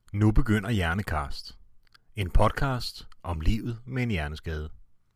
Nu begynder Hjernekast. En podcast om livet med en hjerneskade.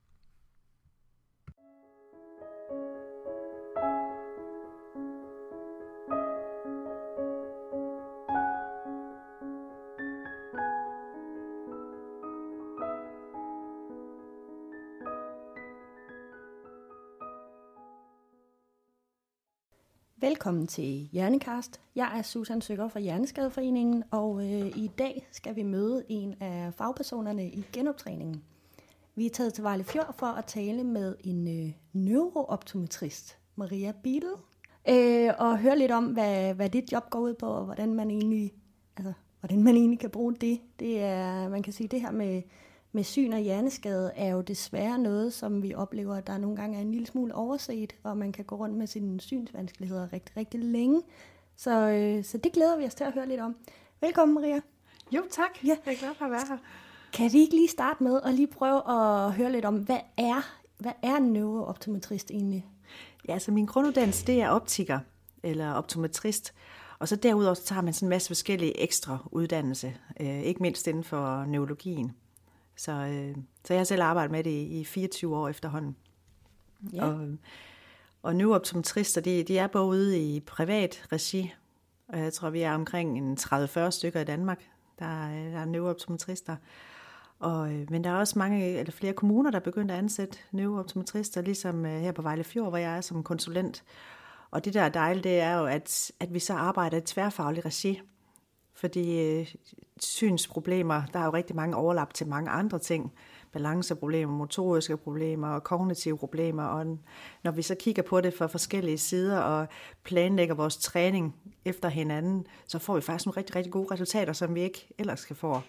Velkommen til Hjernekast. Jeg er Susan Søger fra Hjerneskadeforeningen, og i dag skal vi møde en af fagpersonerne i genoptræningen. Vi er taget til Vejle Fjord for at tale med en neurooptometrist, Maria Biedel, og høre lidt om, hvad dit job går ud på, og hvordan man egentlig kan bruge det. Det er, man kan sige, det her med syn og hjerneskade er jo desværre noget, som vi oplever, at der nogle gange er en lille smule overset, og man kan gå rundt med sine synsvanskeligheder rigtig, rigtig længe. Så det glæder vi os til at høre lidt om. Velkommen, Maria. Jo, tak. Ja. Jeg er glad for at være her. Kan vi ikke lige starte med at lige prøve at høre lidt om, hvad er en neurooptometrist egentlig? Ja, altså min grunduddannelse, det er optiker eller optometrist. Og så derudover så tager man sådan en masse forskellige ekstra uddannelse, ikke mindst inden for neurologien. Så jeg har selv arbejdet med det i 24 år efterhånden. Ja. Og neurooptometrister, de er både ude i privat regi, og jeg tror, vi er omkring en 30-40 stykker i Danmark, der er neurooptometrister. Men der er også flere kommuner, der er begyndt at ansætte neurooptometrister, ligesom her på Vejle Fjord, hvor jeg er som konsulent. Og det der er dejligt, det er jo, at vi så arbejder i tværfaglig regi. Fordi synsproblemer, der er jo rigtig mange overlap til mange andre ting. Balanceproblemer, motoriske problemer og kognitive problemer. Og når vi så kigger på det fra forskellige sider og planlægger vores træning efter hinanden, så får vi faktisk nogle rigtig, rigtig gode resultater, som vi ikke ellers kan få.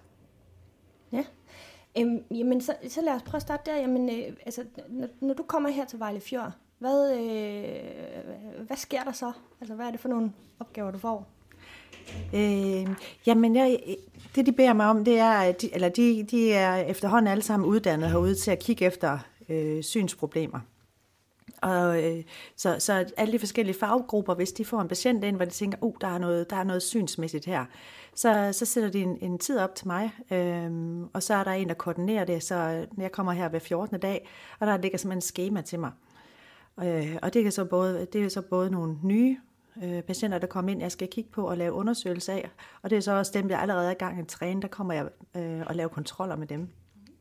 Ja. Jamen, så lad os prøve at starte der. Jamen, når du kommer her til Vejle Fjord, hvad sker der så? Altså, hvad er det for nogle opgaver, du får? Det de beder mig om, det er, at de er efterhånden alle sammen uddannet herude til at kigge efter synsproblemer. Og så alle de forskellige faggrupper, hvis de får en patient ind, hvor de tænker, der er noget synsmæssigt her, så sætter de en tid op til mig, og så er der en, der koordinerer det, så jeg kommer her hver 14. dag, og der ligger simpelthen et skema til mig. Og det er så både nogle nye patienter, der kommer ind, jeg skal kigge på og lave undersøgelser af. Og det er så også dem, jeg allerede er i gang med at træne, der kommer jeg og lave kontroller med dem.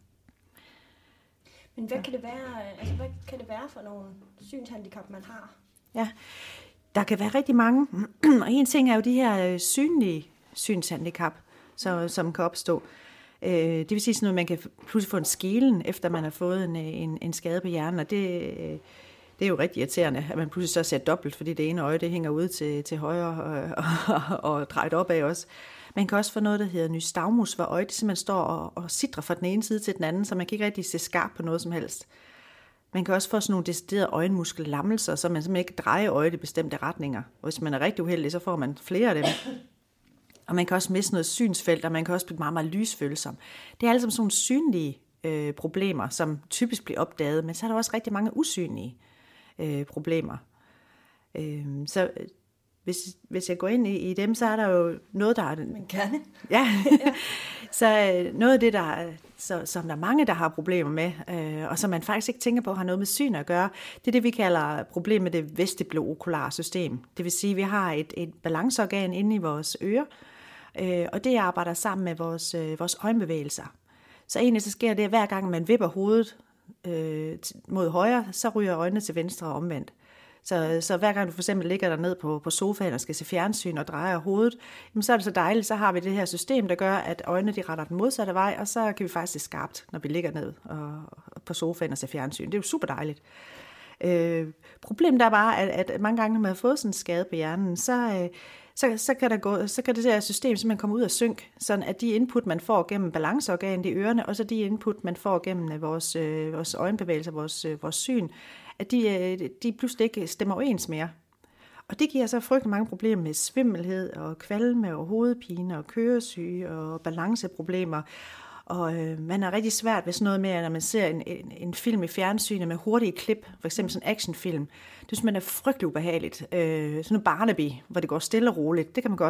Men hvad kan det være for nogle synshandicap, man har? Ja, der kan være rigtig mange. Og en ting er jo de her synlige synshandicap, som kan opstå. Det vil sige sådan noget, man kan pludselig få en skelen, efter man har fået en skade på hjernen, og det er jo rigtig irriterende, at man pludselig så ser dobbelt, fordi det ene øje, det hænger ud til højre og drejet opad også. Man kan også få noget, der hedder nystagmus, hvor øjet simpelthen står og sidrer fra den ene side til den anden, så man kan ikke rigtig se skarpt på noget som helst. Man kan også få sådan nogle deciderede øjenmuskellammelser, så man simpelthen ikke drejer øjet i bestemte retninger. Og hvis man er rigtig uheldig, så får man flere af dem. Og man kan også miste noget synsfelt, og man kan også blive meget, meget lysfølsom. Det er alle sammen sådan nogle synlige problemer, som typisk bliver opdaget, men så er der også rigtig mange usynlige problemer. Så hvis jeg går ind i dem, så er der jo noget, der er... Man kan. Ja. Så noget af det, som der er mange, der har problemer med, og som man faktisk ikke tænker på, har noget med syn at gøre, det er det, vi kalder problem med det vestibulookulare system. Det vil sige, at vi har et balanceorgan inde i vores ører, og det arbejder sammen med vores øjenbevægelser. Så egentlig så sker det, at hver gang man vipper hovedet mod højre, så ryger øjnene til venstre og omvendt. Så hver gang du for eksempel ligger der ned på sofaen og skal se fjernsyn og drejer hovedet, jamen så er det så dejligt, så har vi det her system, der gør, at øjnene de retter den modsatte vej, og så kan vi faktisk se skarpt, når vi ligger ned på sofaen og ser fjernsyn. Det er jo super dejligt. Problemet er bare, at mange gange, når man har fået sådan en skade på hjernen, så kan det der system simpelthen komme ud af synk, sådan at de input, man får gennem balanceorganet i ørerne, og så de input, man får gennem vores øjenbevægelser, vores syn, at de pludselig ikke stemmer overens mere. Og det giver så frygtelig mange problemer med svimmelhed og kvalme og hovedpine og køresyge og balanceproblemer. Og man er rigtig svært ved sådan noget med, når man ser en film i fjernsynet med hurtige klip, for eksempel sådan en actionfilm. Det synes man er frygtelig ubehageligt. Sådan en Barnaby, hvor det går stille og roligt, det kan man godt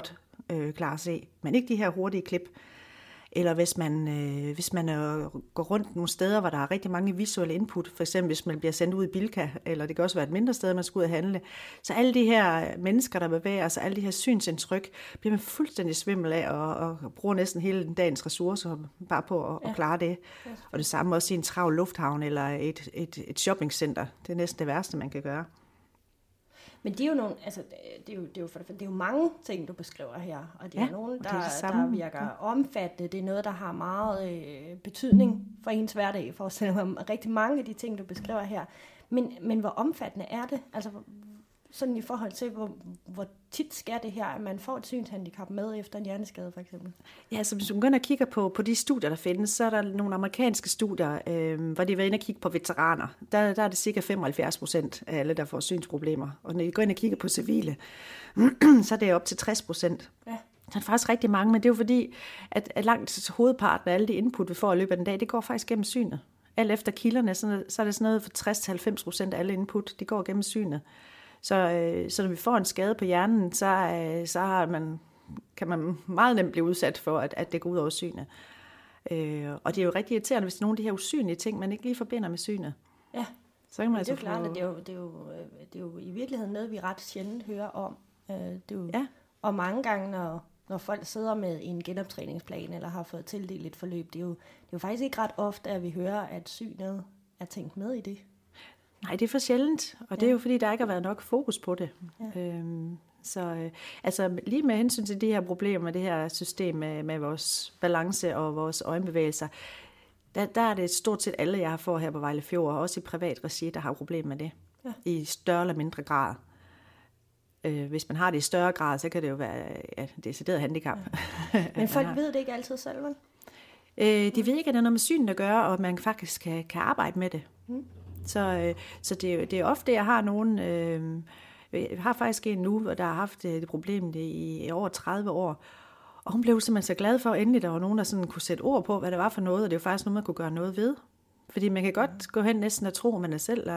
klarer at se, men ikke de her hurtige klip. Eller hvis man går rundt nogle steder, hvor der er rigtig mange visuelle input, for eksempel hvis man bliver sendt ud i Bilka, eller det kan også være et mindre sted, man skal ud og handle. Så alle de her mennesker, der bevæger sig, alle de her synsindtryk, bliver man fuldstændig svimmel af, og bruger næsten hele dagens ressourcer bare på at klare det. Og det samme også i en travl lufthavn eller et shoppingcenter. Det er næsten det værste, man kan gøre. Men det er jo nogle, altså det er jo mange ting, du beskriver her, og det er nogle, der virker omfattende. Det er noget, der har meget betydning for ens hverdag, for at sige rigtig mange af de ting, du beskriver her. Men hvor omfattende er det? Altså sådan i forhold til, hvor tit sker det her, at man får et synshandicap med efter en hjerneskade, for eksempel? Ja, så hvis du begynder at kigge på de studier, der findes, så er der nogle amerikanske studier, hvor de var inde og kigge på veteraner. Der er det cirka 75% af alle, der får synsproblemer. Og når de går ind og kigger på civile, så er det op til 60%. Ja. Så er det faktisk rigtig mange, men det er jo fordi, at langt hovedparten af alle de input, vi får i løbet af den dag, det går faktisk gennem synet. Alt efter kilderne, så er det sådan noget for 60-90% af alle input, de går gennem synet. Så når vi får en skade på hjernen, så kan man meget nemt blive udsat for, at det går ud over synet. Og det er jo rigtig irriterende, hvis det er nogle af de her usynlige ting, man ikke lige forbinder med synet. Ja, så kan man det er klart, at det er jo i virkeligheden noget, vi ret sjældent hører om. Det er jo, og mange gange, når folk sidder med en genoptræningsplan, eller har fået tildelt et forløb, det er jo faktisk ikke ret ofte, at vi hører, at synet er tænkt med i det. Nej, det er for sjældent, og det er jo fordi, der ikke har været nok fokus på det. Ja. Altså lige med hensyn til de her problemer med det her system med vores balance og vores øjenbevægelser, der er det stort set alle, jeg har fået her på Vejle Fjord, også i privat regi, der har problemer med det, i større eller mindre grad. Hvis man har det i større grad, så kan det jo være decideret handicap. Ja. Men folk ved det ikke altid selv, vel? De ved ikke, at det er noget med synet at gøre, og man faktisk kan arbejde med det. Så det er ofte, jeg har nogen... Jeg har faktisk en nu, der har haft det problem i over 30 år. Og hun blev simpelthen så glad for, at endelig der var nogen, der sådan kunne sætte ord på, hvad det var for noget. Og det er jo faktisk noget, man kunne gøre noget ved. Fordi man kan godt gå hen næsten og tro, at man er selv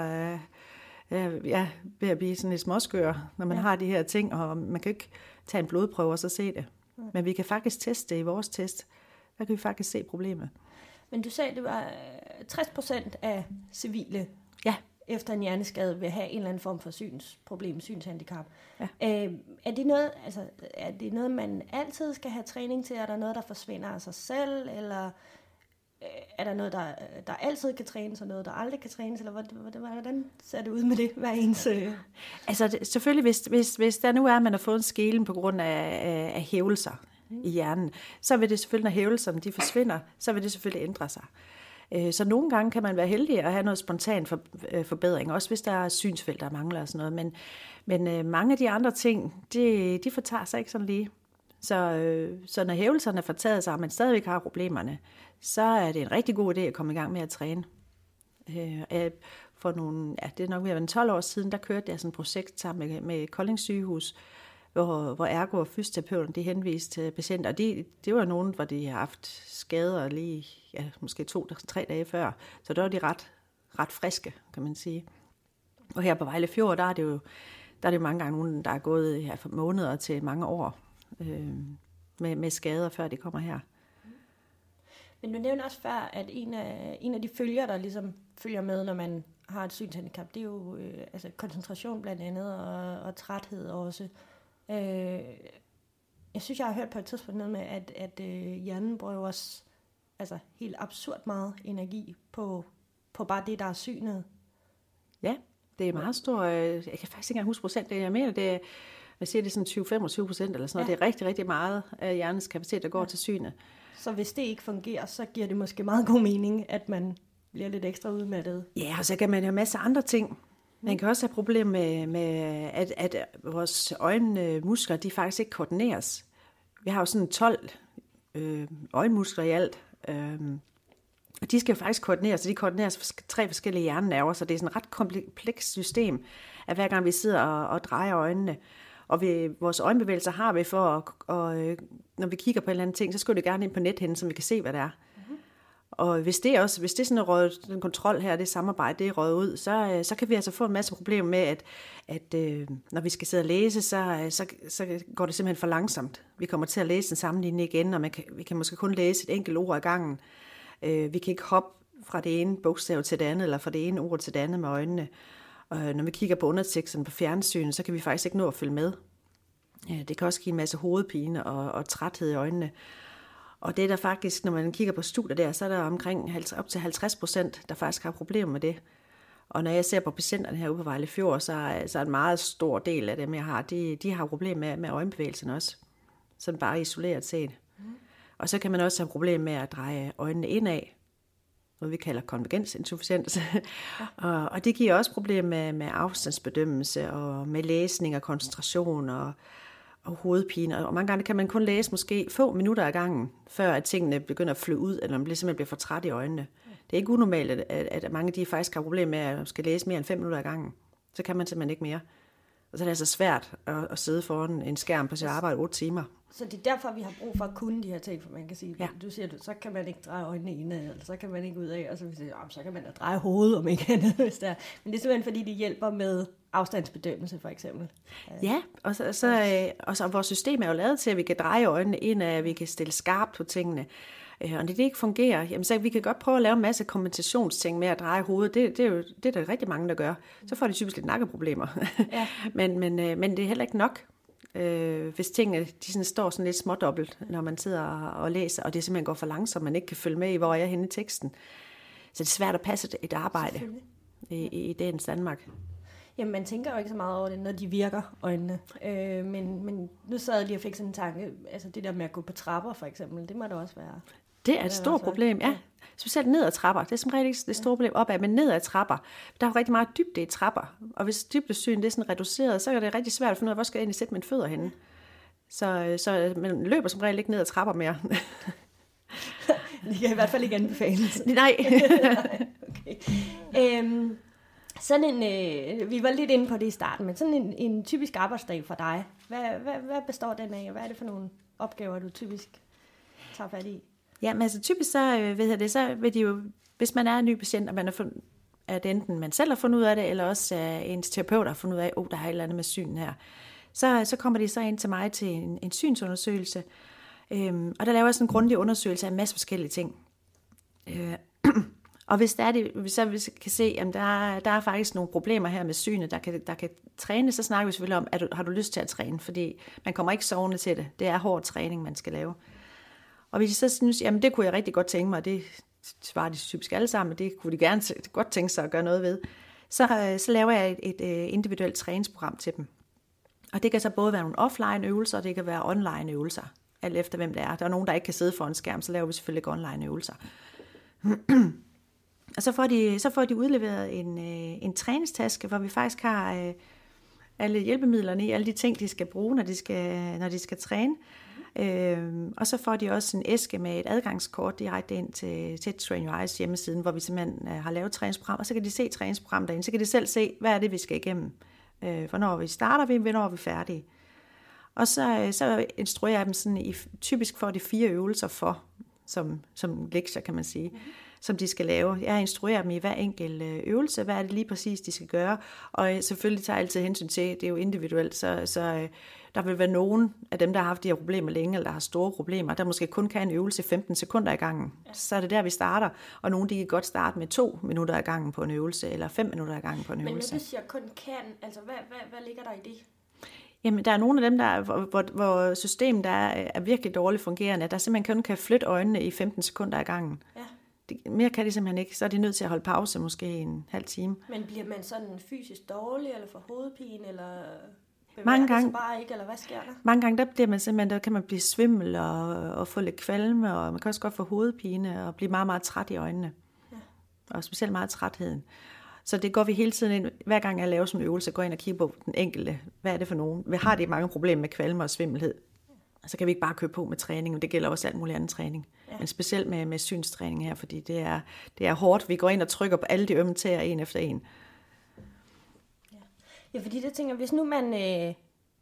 ved at blive sådan lidt småskør, når man har de her ting. Og man kan ikke tage en blodprøve og så se det. Men vi kan faktisk teste det i vores test. Der kan vi faktisk se problemet. Men du sagde, at det var 60% af civile efter en hjerneskade vil have en eller anden form for synsproblem, synshandicap. Ja. Er det noget, man altid skal have træning til? Er der noget, der forsvinder af sig selv? Eller er der noget, der altid kan trænes, og noget, der aldrig kan trænes? Eller hvordan ser det ud med det hver ens? Altså selvfølgelig, hvis der nu er, at man har fået en skelen på grund af hævelser i hjernen, så vil det selvfølgelig, når hævelserne de forsvinder, så vil det selvfølgelig ændre sig. Så nogle gange kan man være heldig at have noget spontan forbedring, også hvis der er synsfelt, der mangler og sådan noget. Men mange af de andre ting, de fortager sig ikke sådan lige. Så når hævelserne er fortaget sig, og man stadigvæk har problemerne, så er det en rigtig god idé at komme i gang med at træne. For det er nok ved at være 12 år siden, der kørte jeg sådan et projekt sammen med Kolding Sygehus, hvor ergo- og fysioterapeuten de henviste patienter, og det var nogen, hvor de har haft skader lige, måske 2-3 dage før, så der var de ret friske, kan man sige. Og her på Vejle Fjord, der er det jo mange gange nogen, der er gået her fra måneder til mange år med skader, før de kommer her. Men du nævner også før, at en af de følger, der ligesom følger med, når man har et synshandicap, det er jo koncentration blandt andet, og træthed også. Jeg synes, jeg har hørt på et tidspunkt noget med, at hjernen bruger også helt absurd meget energi på bare det, der er synet. Ja, det er meget stor. Jeg kan faktisk ikke engang huske procent. Jeg mener, det er, jeg siger, det er sådan 20-25% eller sådan noget. Ja. Det er rigtig, rigtig meget af hjernens kapacitet, der går til synet. Så hvis det ikke fungerer, så giver det måske meget god mening, at man bliver lidt ekstra udmattet. Ja, og så kan man have masser af andre ting. Man kan også have problemer med at vores øjenmuskler, de faktisk ikke koordineres. Vi har jo sådan 12 øjenmuskler i alt, og de skal jo faktisk koordineres, så de koordineres 3 forskellige hjernenerver, så det er sådan et ret komplekst system, at hver gang vi sidder og drejer øjnene, og vores øjenbevægelser har vi for, når vi kigger på en eller anden ting, så skal det gerne ind på nethinden, så vi kan se, hvad det er. Og hvis det er sådan en kontrol her, det samarbejde, det er røget ud, så kan vi altså få en masse problemer med, at når vi skal sidde og læse, så går det simpelthen for langsomt. Vi kommer til at læse den samme linje igen, og vi kan måske kun læse et enkelt ord ad gangen. Vi kan ikke hoppe fra det ene bogstav til det andet, eller fra det ene ord til det andet med øjnene. Og når vi kigger på underteksten på fjernsynet, så kan vi faktisk ikke nå at følge med. Det kan også give en masse hovedpine og træthed i øjnene. Og det er der faktisk, når man kigger på studier der, så er der omkring op til 50%, der faktisk har problemer med det. Og når jeg ser på patienterne herude på Vejle Fjord, så er en meget stor del af dem, jeg har, de har problemer med øjenbevægelsen også. Sådan bare isoleret set. Og så kan man også have problemer med at dreje øjnene indad, noget vi kalder konvergensinsufficiens. Og det giver også problemer med afstandsbedømmelse og med læsning og koncentration og hovedpine. Og mange gange kan man kun læse måske få minutter ad gangen, før at tingene begynder at flyve ud, eller man simpelthen bliver for træt i øjnene. Det er ikke unormalt, at mange de faktisk har problemer med at skal læse mere end 5 minutter ad gangen. Så kan man simpelthen ikke mere. Og så er det altså svært at sidde foran en skærm på sit arbejde 8 timer. Så det er derfor, vi har brug for at kunne de her ting, for man kan sige, du siger, så kan man ikke dreje øjnene indad, eller så kan man ikke ud af, og så kan man da dreje hovedet om ikke andet, hvis der. Men det er simpelthen, fordi det hjælper med afstandsbedømmelse, for eksempel. Ja, og vores system er jo lavet til, at vi kan dreje øjnene indad, at vi kan stille skarpt på tingene. Og når det ikke fungerer, jamen, så vi kan godt prøve at lave en masse kompensationsting med at dreje hovedet. Det er der rigtig mange, der gør. Så får de typisk lidt nakkeproblemer. Ja. men det er heller ikke nok. Hvis tingene de sådan står sådan lidt smådobbelt, når man sidder og læser, og det simpelthen går for langsomt, man ikke kan følge med i, hvor jeg er henne i teksten. Så det er svært at passe et arbejde i dagens Danmark. Jamen, man tænker jo ikke så meget over det, når de virker, øjnene. Men nu sad jeg lige og fik sådan en tanke, altså det der med at gå på trapper, for eksempel, det må da også være. Det er et stort problem, ja. Specielt ned ad trapper. Det er som regel ikke det store problem opad, men ned ad trapper. Der er jo rigtig meget dybde i trapper. Og hvis dybdesyn det er sådan reduceret, så er det rigtig svært at finde ud af, hvor skal jeg egentlig sætte mine fødder henne. Så man løber som regel ikke ned ad trapper mere. Det kan i hvert fald ikke anbefales. Nej. Okay. Sådan vi var lidt inde på det i starten, men sådan en typisk arbejdsdag for dig, hvad består den af, og hvad er det for nogle opgaver, du typisk tager fat i? Ja, men altså typisk så vil de jo, hvis man er en ny patient, og man har fundet, at enten man selv har fundet ud af det, eller også ens terapeut har fundet ud af, der er et eller andet med synen her, så kommer de så ind til mig til en synsundersøgelse, og der laver jeg sådan en grundig undersøgelse af en masse forskellige ting. Og hvis der er det, så vi kan se, at der er faktisk nogle problemer her med synet, der kan træne, så snakker vi selvfølgelig om, har du lyst til at træne, fordi man kommer ikke sovende til det. Det er hård træning, man skal lave. Og hvis de så synes, jamen det kunne jeg rigtig godt tænke mig, det svarer de typisk alle sammen, det kunne de gerne godt tænke sig at gøre noget ved, så laver jeg et individuelt træningsprogram til dem. Og det kan så både være nogle offline øvelser, og det kan være online øvelser, alt efter hvem det er. Der er nogen, der ikke kan sidde foran en skærm, så laver vi selvfølgelig ikke online øvelser. Og så får de udleveret en træningstaske, hvor vi faktisk har alle hjælpemidlerne i, alle de ting, de skal bruge, når de skal træne. Og så får de også en æske med et adgangskort direkte ind til Train Your Eyes hjemmesiden, hvor vi simpelthen har lavet et træningsprogram, og så kan de se træningsprogrammet derinde. Så kan de selv se, hvad er det, vi skal igennem. Hvornår vi starter, hvornår vi er færdige. Og så instruerer jeg dem sådan, typisk får de 4 øvelser som lektier, kan man sige, som de skal lave. Jeg instruerer dem i hver enkelt øvelse, hvad er det lige præcis, de skal gøre, og selvfølgelig tager jeg altid hensyn til, det er jo individuelt, så der vil være nogen af dem, der har haft de her problemer længe, eller der har store problemer, der måske kun kan en øvelse 15 sekunder ad gangen. Ja. Så er det der, vi starter, og nogle de kan godt starte med 2 minutter ad gangen på en øvelse, eller 5 minutter ad gangen på en øvelse. Men når du siger kun kan, altså hvad ligger der i det? Jamen, der er nogle af dem, hvor systemet er virkelig dårligt fungerende, der simpelthen kun kan flytte øjnene i 15 sekunder ad gangen. Ja. Mere kan de simpelthen ikke, så er de nødt til at holde pause måske en halv time. Men bliver man sådan fysisk dårlig, eller får hovedpine, eller mange gange, bare ikke, eller hvad sker der? Mange gange, der bliver man simpelthen, der kan man blive svimmel og få lidt kvalme, og man kan også godt få hovedpine og blive meget, meget træt i øjnene. Ja. Og specielt meget trætheden. Så det går vi hele tiden ind, hver gang jeg laver sådan en øvelse, går ind og kigger på den enkelte. Hvad er det for nogen? Vi har de mange problemer med kvalme og svimmelhed. Så kan vi ikke bare købe på med træning, men det gælder også alt muligt andet træning. Ja. Men specielt med synstræning her, fordi det er hårdt. Vi går ind og trykker på alle de ømme tæer en efter en. Ja, fordi det tænker, hvis nu man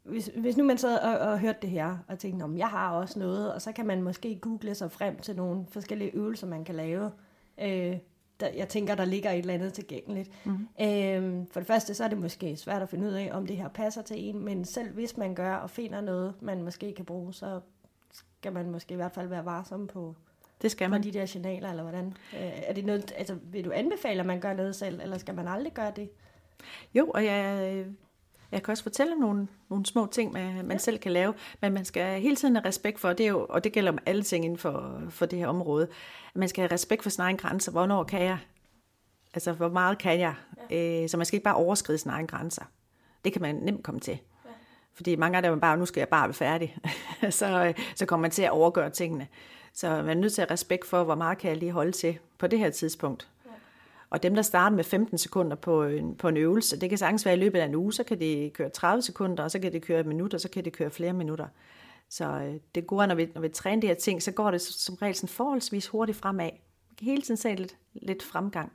hvis nu man sad og hørte det her, og tænkte, jeg har også noget, og så kan man måske google sig frem til nogle forskellige øvelser, man kan lave. Jeg tænker, der ligger et eller andet tilgængeligt. For det første, så er det måske svært at finde ud af, om det her passer til en, men selv hvis man gør og finder noget, man måske kan bruge, så skal man måske i hvert fald være varsom på, det skal man. På de der signaler, eller hvordan? Er det noget, altså, vil du anbefale, at man gør noget selv, eller skal man aldrig gøre det? Jo, og jeg kan også fortælle nogle små ting, man selv kan lave, men man skal hele tiden have respekt for, det er jo, og det gælder om alle ting inden for det her område, man skal have respekt for sine egne grænser. Hvornår kan jeg? Altså, hvor meget kan jeg? Ja. Så man skal ikke bare overskride sine egne grænser. Det kan man nemt komme til. Ja. Fordi mange af dem bare, nu skal jeg bare være færdig. så kommer man til at overgøre tingene. Så man er nødt til at have respekt for, hvor meget kan jeg lige holde til på det her tidspunkt. Og dem, der starter med 15 sekunder på en øvelse, det kan sagtens være i løbet af en uge, så kan de køre 30 sekunder, og så kan de køre et minut, og så kan de køre flere minutter. Så det gode, når vi træner de her ting, så går det som regel sådan forholdsvis hurtigt fremad. Man kan hele tiden se lidt fremgang.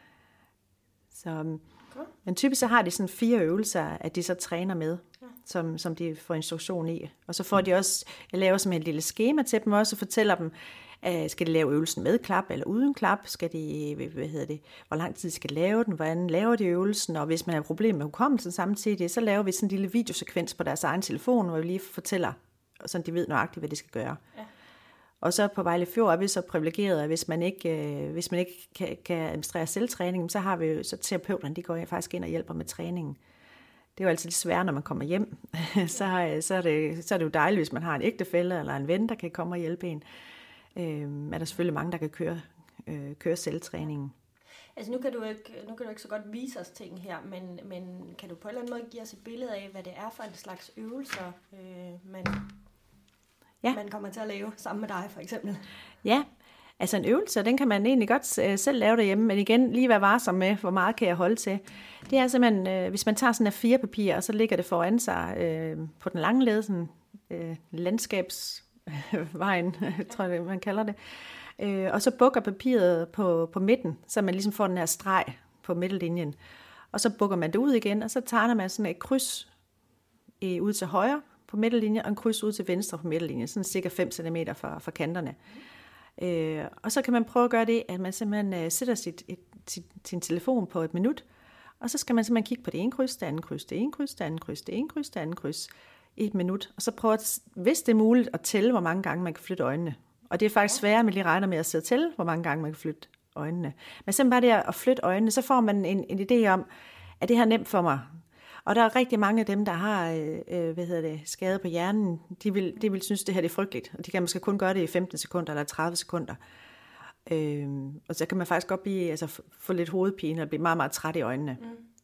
Så, men typisk så har de sådan 4 øvelser, at de så træner med, som de får instruktion i. Og så får de også, jeg laver som et lille skema til dem også, og fortæller dem, skal de lave øvelsen med klap eller uden klap? Skal de, hvor lang tid skal de lave den? Hvordan laver de øvelsen? Og hvis man har problemer med hukommelsen samtidig, så laver vi sådan en lille videosekvens på deres egen telefon, hvor vi lige fortæller, så de ved nøjagtigt, hvad de skal gøre. Ja. Og så på Vejle Fjord er vi så privilegerede, at hvis man ikke kan administrere selvtræning, så har vi jo så terapeuterne, de går faktisk ind og hjælper med træningen. Det er jo altid lidt svært, når man kommer hjem. så er det jo dejligt, hvis man har en ægtefælle eller en ven, der kan komme og hjælpe en. Er der selvfølgelig mange, der kan køre selvtræningen. Altså nu kan du ikke så godt vise os ting her, men kan du på en eller anden måde give os et billede af, hvad det er for en slags øvelser, man kommer til at lave sammen med dig, for eksempel? Ja, altså en øvelse, den kan man egentlig godt selv lave derhjemme, men igen, lige være varsom med, hvor meget kan jeg holde til. Det er simpelthen, hvis man tager sådan en A4-papir, og så ligger det foran sig på den lange led, sådan landskabsvejen, tror jeg, man kalder det. Og så bukker papiret på midten, så man ligesom får den her streg på midterlinjen. Og så bukker man det ud igen, og så tegner man sådan et kryds ud til højre på midterlinjen, og en kryds ud til venstre på midterlinjen, sådan cirka 5 cm fra kanterne. Og så kan man prøve at gøre det, at man simpelthen sætter sin telefon på et minut, og så skal man simpelthen kigge på det ene kryds, det andet kryds, det ene kryds, det andet kryds, det ene kryds, det andet kryds i et minut. Og så prøve, hvis det er muligt, at tælle, hvor mange gange man kan flytte øjnene. Og det er faktisk sværere, at man lige regner med at sidde og tælle, hvor mange gange man kan flytte øjnene. Men simpelthen bare det at flytte øjnene, så får man en idé om, at det her er nemt for mig. Og der er rigtig mange af dem, der har skade på hjernen, de vil synes, det her det er frygteligt. Og de kan måske kun gøre det i 15 sekunder eller 30 sekunder. Og så kan man faktisk godt få lidt hovedpine og blive meget, meget træt i øjnene.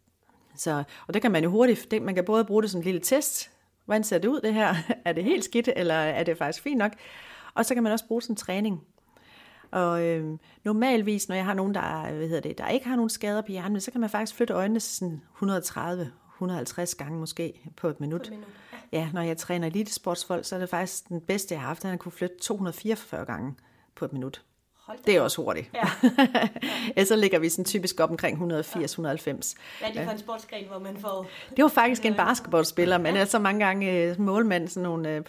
Og det kan man jo hurtigt, man kan både bruge det som en lille test. Hvordan ser det ud det her? Er det helt skidt, eller er det faktisk fint nok? Og så kan man også bruge sådan en træning. Og normalvis, når jeg har nogen, der ikke har nogen skader på hjernen, så kan man faktisk flytte øjnene sådan 130-150 gange måske på et minut. Ja, når jeg træner elitesportsfolk, så er det faktisk den bedste, jeg har haft, at han kunne flytte 244 gange på et minut. Det er også hurtigt. Ja. Så ligger vi sådan typisk op omkring 180-190. Hvad er det for en sportsgren, hvor man får... Det var faktisk en basketballspiller, men er så mange gange målmand, sådan nogle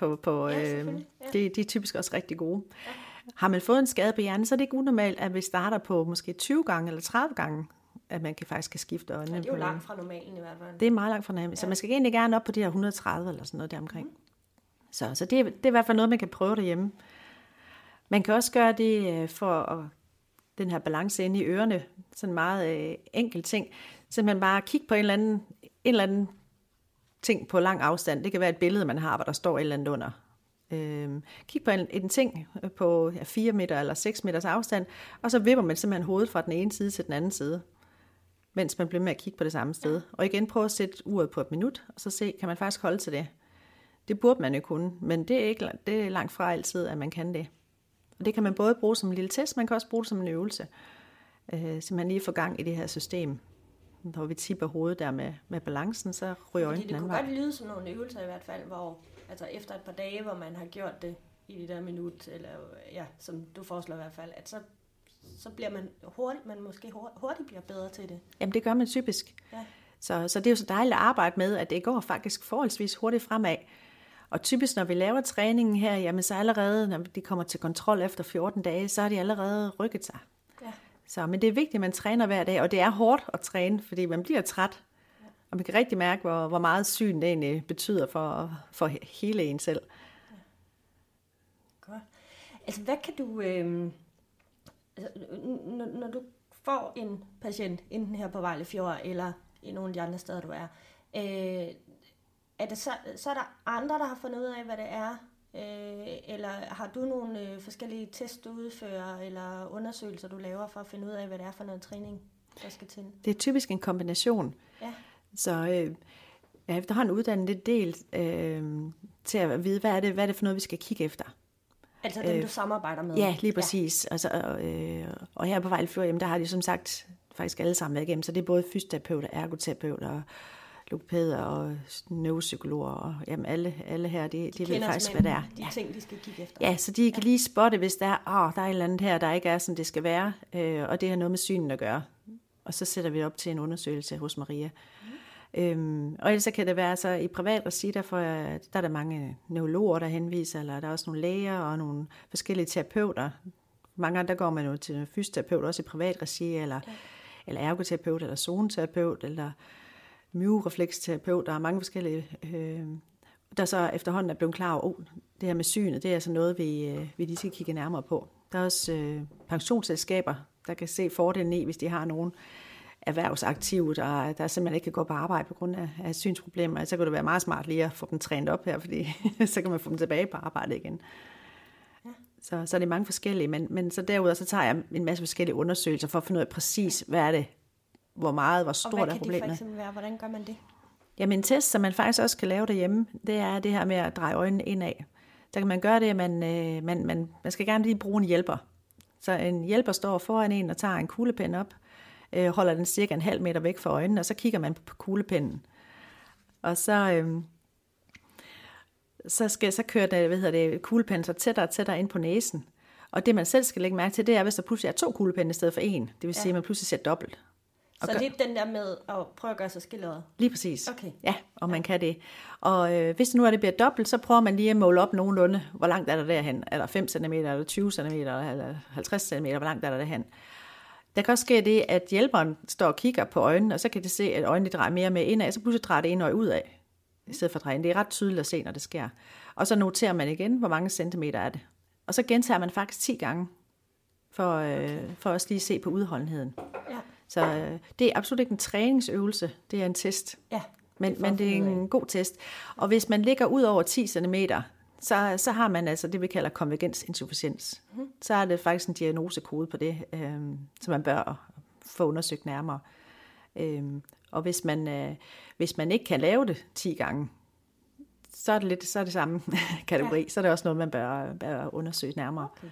de er typisk også rigtig gode. Ja. Har man fået en skade på hjernen, så er det ikke unormalt, at vi starter på måske 20 gange eller 30 gange, at man faktisk kan skifte øjnene. Ja, det er jo langt fra normalen i hvert fald. Det er meget langt fra normalen, så man skal egentlig gerne op på de her 130 eller sådan noget deromkring. Så det er i hvert fald noget, man kan prøve derhjemme. Man kan også gøre det for den her balance inde i ørerne, sådan en meget enkel ting. Simpelthen bare kigge på en eller anden ting på lang afstand. Det kan være et billede, man har, hvor der står et eller andet under. Kig på en ting på 4 meter eller 6 meters afstand, og så vipper man simpelthen hovedet fra den ene side til den anden side, mens man bliver med at kigge på det samme sted. Og igen prøve at sætte uret på et minut, og så se, kan man faktisk holde til det. Det burde man jo kunne, men det er langt fra altid, at man kan det. Og det kan man både bruge som en lille test, man kan også bruge det som en øvelse, så man lige får gang i det her system. Når vi tipper hovedet der med balancen, så ryger øjnene den anden vej. Det kunne godt lyde som nogle øvelser i hvert fald, hvor altså efter et par dage, hvor man har gjort det i det der minut, eller ja, som du foreslår i hvert fald, at så bliver man måske hurtigt bliver bedre til det. Jamen det gør man typisk. Ja. Så det er jo så dejligt at arbejde med, at det går faktisk forholdsvis hurtigt fremad. Og typisk, når vi laver træningen her, jamen så allerede, når de kommer til kontrol efter 14 dage, så har de allerede rykket sig. Ja. Så, men det er vigtigt, at man træner hver dag, og det er hårdt at træne, fordi man bliver træt. Ja. Og man kan rigtig mærke, hvor meget syn det egentlig betyder for hele en selv. Ja. Godt. Altså, hvad kan du... når du får en patient, enten her på Vejle Fjord, eller i nogle af de andre steder, du er, er det så er der andre, der har fundet ud af, hvad det er? Eller har du nogle forskellige test, du udfører, eller undersøgelser, du laver for at finde ud af, hvad det er for noget træning, der skal til? Det er typisk en kombination. Ja. Så jeg har efterhånden uddannet lidt del til at vide, hvad er det for noget, vi skal kigge efter. Altså dem, du samarbejder med? Ja, lige præcis. Ja. Altså, og her på Vejle Fjord, jamen, der har de som sagt faktisk alle sammen været igennem, så det er både fysioterapeuter, ergoterapeuter, logopæder og neuropsykologer, og jamen alle her, de ved faktisk, hvad det er. De ting, de skal kigge efter. Ja, så de kan lige spotte, hvis der er, der er et eller andet her, der ikke er, som det skal være, og det har noget med synen at gøre. Og så sætter vi op til en undersøgelse hos Maria. Og ellers så kan det være, så i privat regi, der er der mange neurologer, der henviser, eller der er også nogle læger og nogle forskellige terapeuter. Mange gange, der går man jo til en fysioterapeut, også i privat regi, eller ergoterapeut, eller zoneterapeut, eller myorefleksterapeut. Der er mange forskellige, der så efterhånden er blevet klar over, det her med synet, det er altså noget, vi lige skal kigge nærmere på. Der er også pensionsselskaber, der kan se fordelen i, hvis de har nogen erhvervsaktive, der simpelthen ikke kan gå på arbejde på grund af synsproblemer. Så kan det være meget smart lige at få dem trænet op her, fordi så kan man få dem tilbage på arbejde igen. Ja. Så er det mange forskellige, men så derudover så tager jeg en masse forskellige undersøgelser for at finde ud af præcis, hvad er det, hvor stort er problemet. Og hvad kan det for eksempel være? Hvordan gør man det? Jamen en test, som man faktisk også kan lave derhjemme, det er det her med at dreje øjnene indad. Der kan man gøre det, at man skal gerne lige bruge en hjælper. Så en hjælper står foran en og tager en kuglepen op, holder den cirka 1,5 meter væk fra øjnene, og så kigger man på kuglepennen. Og så kører kuglepennen så tættere og tættere ind på næsen. Og det man selv skal lægge mærke til, det er, hvis der pludselig er 2 kuglepenne i stedet for 1. Det vil sige, at man pludselig ser dobbelt. Så det er den der med at prøve at gøre sig skildret? Lige præcis. Okay. Ja, og man kan det. Og hvis nu det bliver dobbelt, så prøver man lige at måle op nogenlunde, hvor langt er der derhen. Er der 5 cm, eller 20 cm, eller 50 cm, hvor langt er der derhen. Der kan også ske det, at hjælperen står og kigger på øjnene, og så kan det se, at øjnene drejer mere med indad, og så pludselig drejer det ene øje ud af, i stedet for at dreje ind. Det er ret tydeligt at se, når det sker. Og så noterer man igen, hvor mange centimeter er det. Og så gentager man faktisk 10 gange, for også lige at se på udholdenheden. Ja. Så det er absolut ikke en træningsøvelse, det er en test. Ja, men det er en god test. Og hvis man ligger ud over 10 cm, så har man altså det, vi kalder konvergensinsufficiens. Så er det faktisk en diagnosekode på det, som man bør få undersøgt nærmere. Og hvis man ikke kan lave det 10 gange, så er det samme kategori. Ja. Så er det også noget, man bør undersøge nærmere. Okay.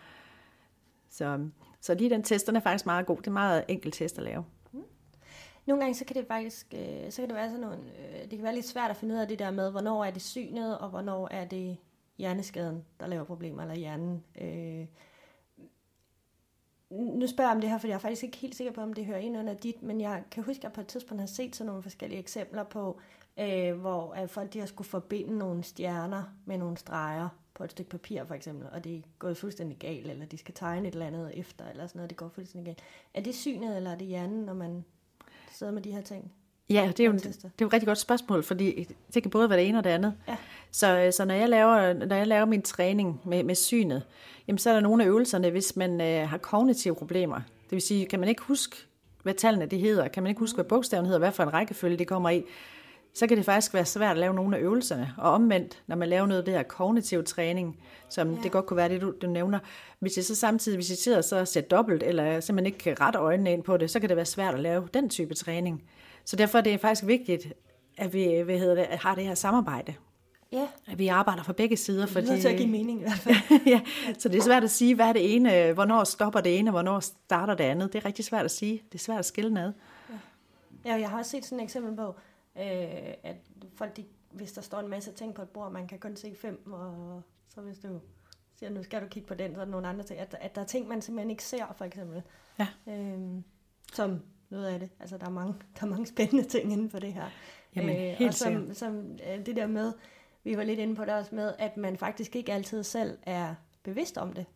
Så lige den test, den er faktisk meget god. Det er en meget enkel test at lave. Nogle gange så kan det faktisk så kan det være sådan nogle, det kan være lidt svært at finde ud af det der med, hvornår er det synet, og hvornår er det hjerneskaden, der laver problemer, eller hjernen. Nu spørger jeg om det her, for jeg er faktisk ikke helt sikker på, om det hører ind under dit, men jeg kan huske, at jeg på et tidspunkt har set sådan nogle forskellige eksempler på, hvor folk de har skulle forbinde nogle stjerner med nogle streger på et stykke papir for eksempel, og det er gået fuldstændig galt, eller de skal tegne et eller andet efter, eller sådan noget, det går fuldstændig galt. Er det synet, eller er det hjernen, når man sidder med de her ting? Ja, det er jo et rigtig godt spørgsmål, fordi det kan både være det ene og det andet. Ja. Så når jeg laver min træning med synet, jamen, så er der nogle af øvelserne, hvis man har kognitive problemer. Det vil sige, kan man ikke huske, hvad tallene det hedder, kan man ikke huske, hvad bogstaven hedder, hvad for en rækkefølge det kommer i, så kan det faktisk være svært at lave nogle af øvelserne. Og omvendt, når man laver noget af det her kognitiv træning, som det godt kunne være det, du nævner, hvis jeg så samtidig, hvis jeg sidder så ser dobbelt, eller simpelthen ikke kan rette øjnene ind på det, så kan det være svært at lave den type træning. Så derfor er det faktisk vigtigt, at vi har det her samarbejde. Ja. At vi arbejder fra begge sider. Det er nødt til at give mening i hvert fald. Ja, så det er svært at sige, hvad er det ene, hvornår stopper det ene, hvornår starter det andet. Det er rigtig svært at sige. Det er svært at skille ad. Ja, jeg har også set sådan et eksempel på, at folk, hvis der står en masse ting på et bord, man kan kun se 5, og så hvis du siger, nu skal du kigge på den, så er der nogle andre ting. At der er ting, man simpelthen ikke ser, for eksempel. Ja. Som noget af det. Altså, der er mange spændende ting inden for det her. Jamen, helt og som det der med, vi var lidt inde på det også med, at man faktisk ikke altid selv er bevidst om det.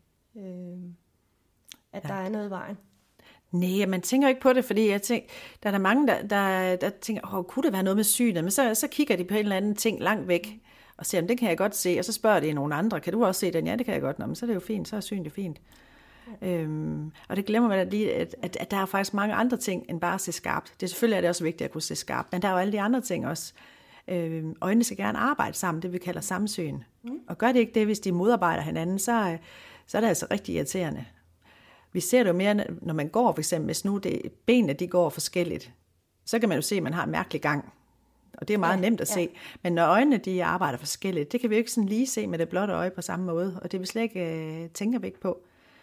Der er noget i vejen. Nej, man tænker ikke på det, fordi jeg tænker, der er der mange, der tænker, kunne det være noget med synet? Men så kigger de på en eller anden ting langt væk, og siger, det kan jeg godt se, og så spørger de nogle andre, kan du også se den? Ja, det kan jeg godt. Nå, men så er det jo fint, så er synet fint. Ja. Og det glemmer man lige, at der er faktisk mange andre ting, end bare at se skarpt. Det selvfølgelig er det også vigtigt at kunne se skarpt, men der er jo alle de andre ting også. Øjnene skal gerne arbejde sammen, det vi kalder samsyn. Og gør det ikke det, hvis de modarbejder hinanden, så er det altså rigtig irriterende. Vi ser det jo mere, når man går, for eksempel, hvis nu benene de går forskelligt, så kan man jo se, at man har en mærkelig gang. Og det er meget nemt at se. Men når øjnene de arbejder forskelligt, det kan vi jo ikke sådan lige se med det blotte øje på samme måde, og det vil slet ikke tænke væk på.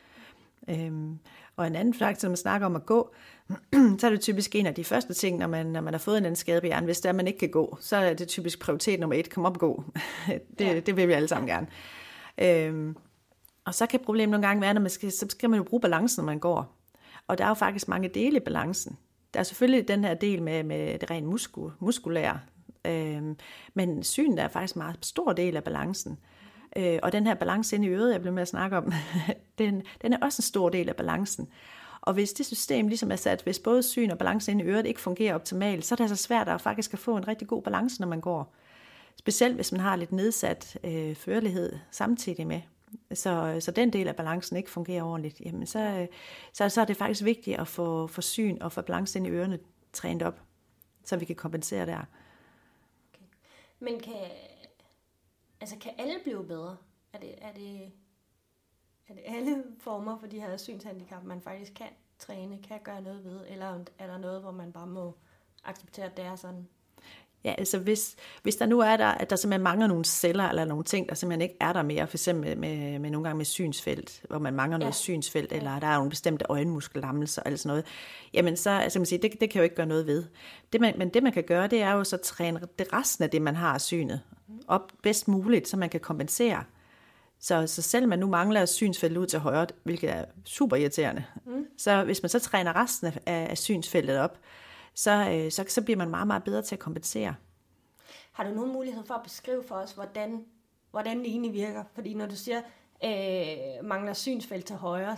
Og en anden faktor, når man snakker om at gå, så er det typisk en af de første ting, når man har fået en anden skade på hjernen. Hvis man ikke kan gå, så er det typisk prioritet nummer 1, kom op og gå. Det vil vi alle sammen gerne. Og så kan problemet nogle gange være, så skal man jo bruge balancen, når man går. Og der er jo faktisk mange dele i balancen. Der er selvfølgelig den her del med det rent muskulære, men synet er faktisk en meget stor del af balancen. Og den her balance inde i øret, jeg blev med at snakke om, den er også en stor del af balancen. Og hvis det system ligesom er sat, hvis både syn og balance inde i øret ikke fungerer optimalt, så er det altså svært at faktisk at få en rigtig god balance, når man går. Specielt hvis man har lidt nedsat førlighed samtidig med. Så den del af balancen ikke fungerer ordentligt, jamen så er det faktisk vigtigt at få syn og få balance ind i ørerne trænet op, så vi kan kompensere der. Okay. Men kan alle blive bedre? Er det alle former for de her synshandicap, man faktisk kan træne, kan gøre noget ved, eller er der noget, hvor man bare må acceptere, at det er sådan? Ja, altså hvis der nu er at der simpelthen mangler nogle celler, eller nogle ting, der simpelthen ikke er der mere, for eksempel med nogle gange med synsfelt, hvor man mangler noget synsfelt, eller der er nogle bestemte øjenmuskellammelser, eller sådan noget, jamen så, altså man siger, det kan jo ikke gøre noget ved. Men det man kan gøre, det er jo så at træne det resten af det, man har af synet, op bedst muligt, så man kan kompensere. Så selv man nu mangler synsfeltet ud til højre, hvilket er super irriterende, så hvis man så træner resten af synsfeltet op, så bliver man meget, meget bedre til at kompensere. Har du nogen mulighed for at beskrive for os, hvordan det egentlig virker? Fordi når du siger, mangler synsfelt til højre,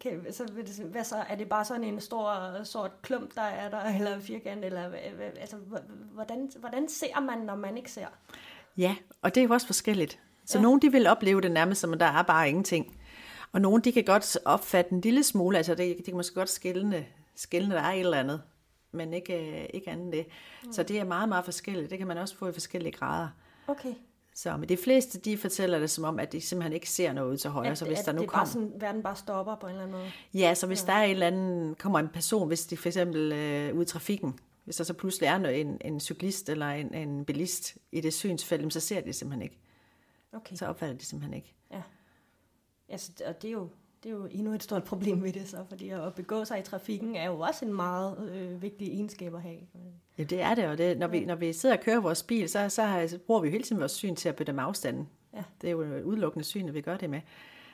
så er det bare sådan en stor sort klump, der er der, eller firkant, eller altså, hvordan ser man, når man ikke ser? Ja, og det er jo også forskelligt. Så nogle de vil opleve det nærmest som, at der er bare ingenting. Og nogle de kan godt opfatte en lille smule, altså de kan måske godt skælne, der er et eller andet, men ikke andet det. Så det er meget, meget forskelligt. Det kan man også få i forskellige grader. Okay. Så men de fleste, de fortæller det som om, at de simpelthen ikke ser noget ud til højre. Så hvis der nu det bare sådan, verden bare stopper på en eller anden måde? Ja, så hvis der er en eller anden, kommer en person, hvis de for eksempel ude i trafikken, hvis der så pludselig er en cyklist eller en bilist i det synsfelt, så ser de det simpelthen ikke. Okay. Så opfatter de det simpelthen ikke. Ja. Altså, og det er jo endnu et stort problem ved det, så, fordi at begå sig i trafikken er jo også en meget vigtig egenskab at have. Ja, det er det, og det, når vi sidder og kører vores bil, så bruger vi jo hele tiden vores syn til at bedømme afstanden. Ja. Det er jo et udelukkende syn, at vi gør det med.